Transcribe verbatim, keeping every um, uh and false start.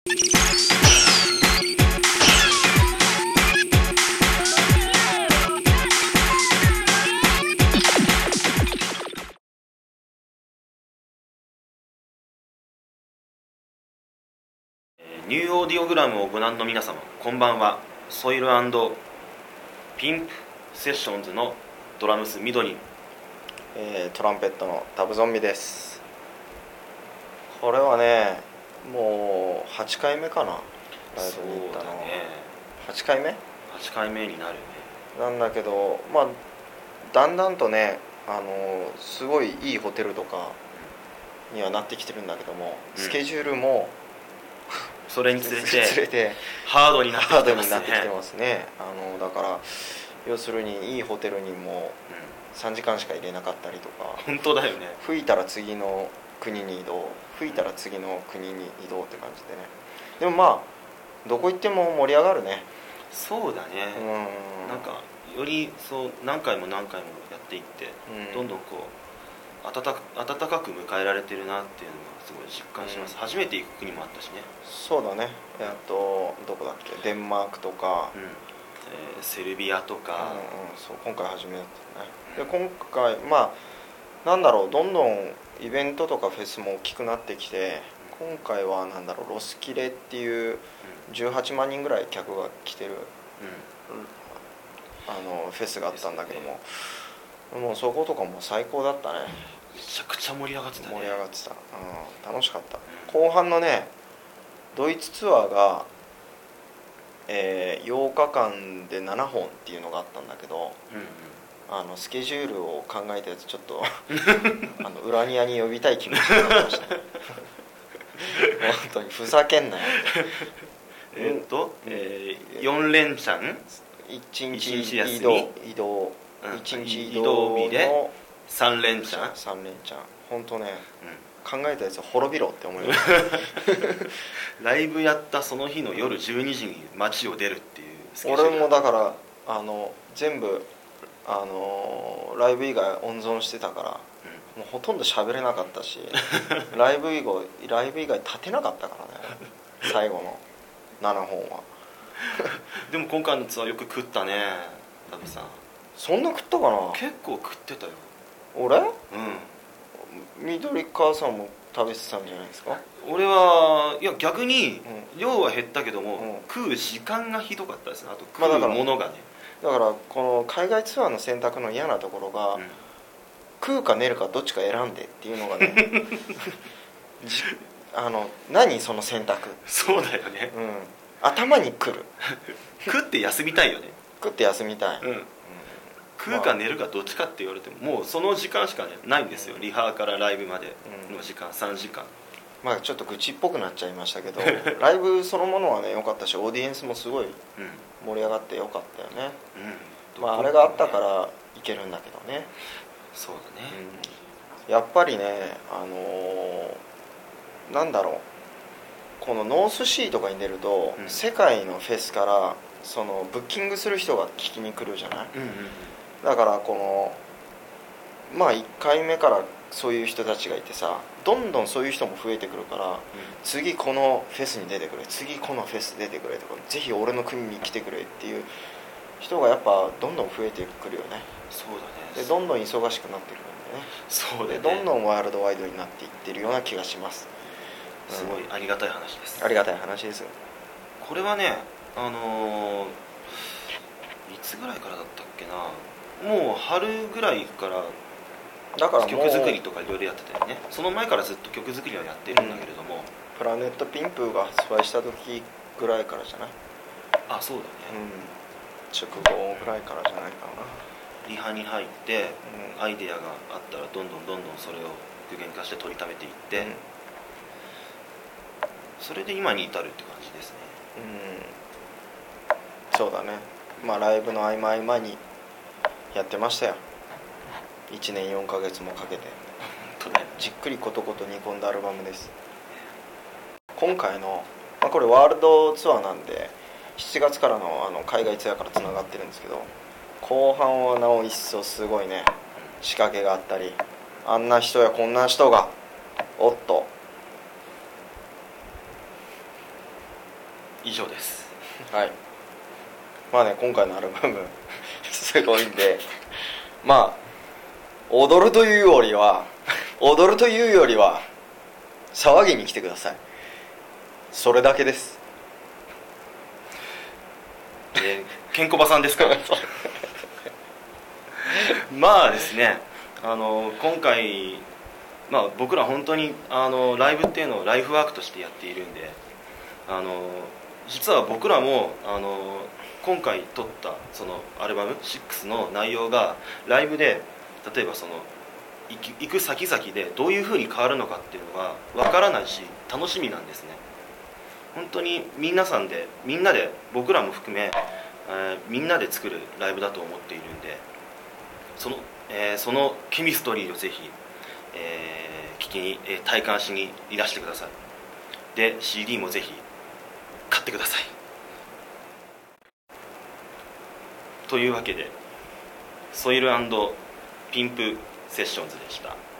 ニューオーディオグラムをご覧の皆様、こんばんは。ソイル&ピンプセッションズのドラムスミドリン、 えー、トランペットのタブゾンビです。これはね、もうはちかいめかな、ライブに行ったの。 そうだね、 はちかいめはちかいめになるね。 なんだけど、まあだんだんとね、あのすごいいいホテルとかにはなってきてるんだけども、 うん、 スケジュールもそれにつれてつれてハードになってきてますね。 ハードになってきてますね。あのだから要するにいいホテルにもさんじかんしか入れなかったりとか、 うん、本当だよね。 吹いたら次の国に移動、吹いたら次の国に移動って感じでね。でもまあどこ行っても盛り上がるね。 そうだね、 うん、 なんかよりそう何回も何回もやっていって、うん、どんどんこう温か温かく迎えられてるなっていうのがすごい実感します、うん、初めて行く国もあったしね。 そうだね。えっとどこだっけ、デンマークとか、 うん、えー、セルビアとか、 うんうん、そう今回初めてだったね。で今回まあなんだろう、どんどんイベントとかフェスも大きくなってきて、うん、今回はなんだろう、ロスキレっていうじゅうはちまんにんぐらい客が来てる、うん、あのフェスがあったんだけども、もうそことかも最高だったね。 めちゃくちゃ盛り上がってたね。 盛り上がってた、うん、楽しかった。後半のねドイツツアーが、えー、ようかかんでななほんっていうのがあったんだけど、うんうん、あのスケジュールを考えたやつちょっとあの裏庭に呼びたい気持ちになりました本当にふざけんなよえっと、えー、よん連チャンいちにち移動移動いちにち移動日でさん連チャンさん連チャン本当ね、うん、考えたやつは滅びろって思いましたライブやったその日の夜じゅうにじに街を出るっていうスケジュール。 俺もだからあの全部あのライブ以外温存してたから、うん、もうほとんど喋れなかったしライブ以外ライブ以外立てなかったからね最後のななほんはでも今回のツアーよく食ったね、タブさん。 そんな食ったかな。 結構食ってたよ。 俺？うん。 緑川さんも食べてたんじゃないですか。 俺はいや逆に量は減ったけども、うん、食う時間がひどかったですね。あと食うものがね、 まあ、だからこの海外ツアーの選択の嫌なところが、うん、食うか寝るかどっちか選んでっていうのがねあの何その選択。 そうだよね、 うん、頭にくる食って休みたいよね。 食って休みたい、うんうん、 食うか寝るかどっちかって言われてももうその時間しか、ね、ないんですよ、うん、リハからライブまでの時間、うん、さんじかん。まあちょっと愚痴っぽくなっちゃいましたけどライブそのものはね良かったし、オーディエンスもすごい盛り上がって良かったよね、うん、まああれがあったからいけるんだけどね。 そうだね、 うん、やっぱりねあのー、なんだろう、このノースシーとかに出ると、うん、世界のフェスからそのブッキングする人が聞きに来るじゃない、うんうんうん、だからこのまあいっかいめからそういう人たちがいてさ、どんどんそういう人も増えてくるから、うん、次このフェスに出てくれ、次このフェス出てくれとか、ぜひ俺の国に来てくれっていう人がやっぱどんどん増えてくるよね。 そうだね。 でどんどん忙しくなってくるんだよね。 そうだね。 でどんどんワールドワイドになっていってるような気がします。 すごいありがたい話です、 うん、ありがたい話です。 これはね、あのー、いつぐらいからだったっけな、もう春ぐらいからだから曲作りとかいろいろやってたよね。その前からずっと曲作りはやってるんだけれども、うん、 プラネットピンプが発売した時ぐらいからじゃない？ あ、そうだね、 うん、直後ぐらいからじゃないかな。 リハに入って、うん、アイデアがあったらどんどんどんどんそれを具現化して取りためていって、うん、それで今に至るって感じですね。 うん、そうだね。まあライブの合間合間にやってましたよ。いちねんよんかげつもかけてじっくりことこと煮込んだアルバムです。今回の、まあ、これワールドツアーなんでしちがつから の, あの海外ツアーからつながってるんですけど、後半はなお一層すごいね仕掛けがあったり、あんな人やこんな人がおっと以上です。 はい。まあね、今回のアルバムすごいんで、まあ踊るというよりは踊るというよりは騒ぎに来てください。それだけです。 えー、ケンコバさんですかまあですね、あの今回、まあ、僕ら本当にあのライブっていうのをライフワークとしてやっているんで、あの実は僕らもあの今回撮ったそのアルバムシックスの内容がライブで例えばその行く行く先々でどういう風に変わるのかっていうのが分からないし楽しみなんですね。本当に皆さんでみんなで僕らも含め、えー、みんなで作るライブだと思っているんで、その、えー、そのケミストリーをぜひ、えー、聞きに、えー、体感しにいらしてください。で シーディー もぜひ買ってください。というわけでソイル&ピンプセッションズでした。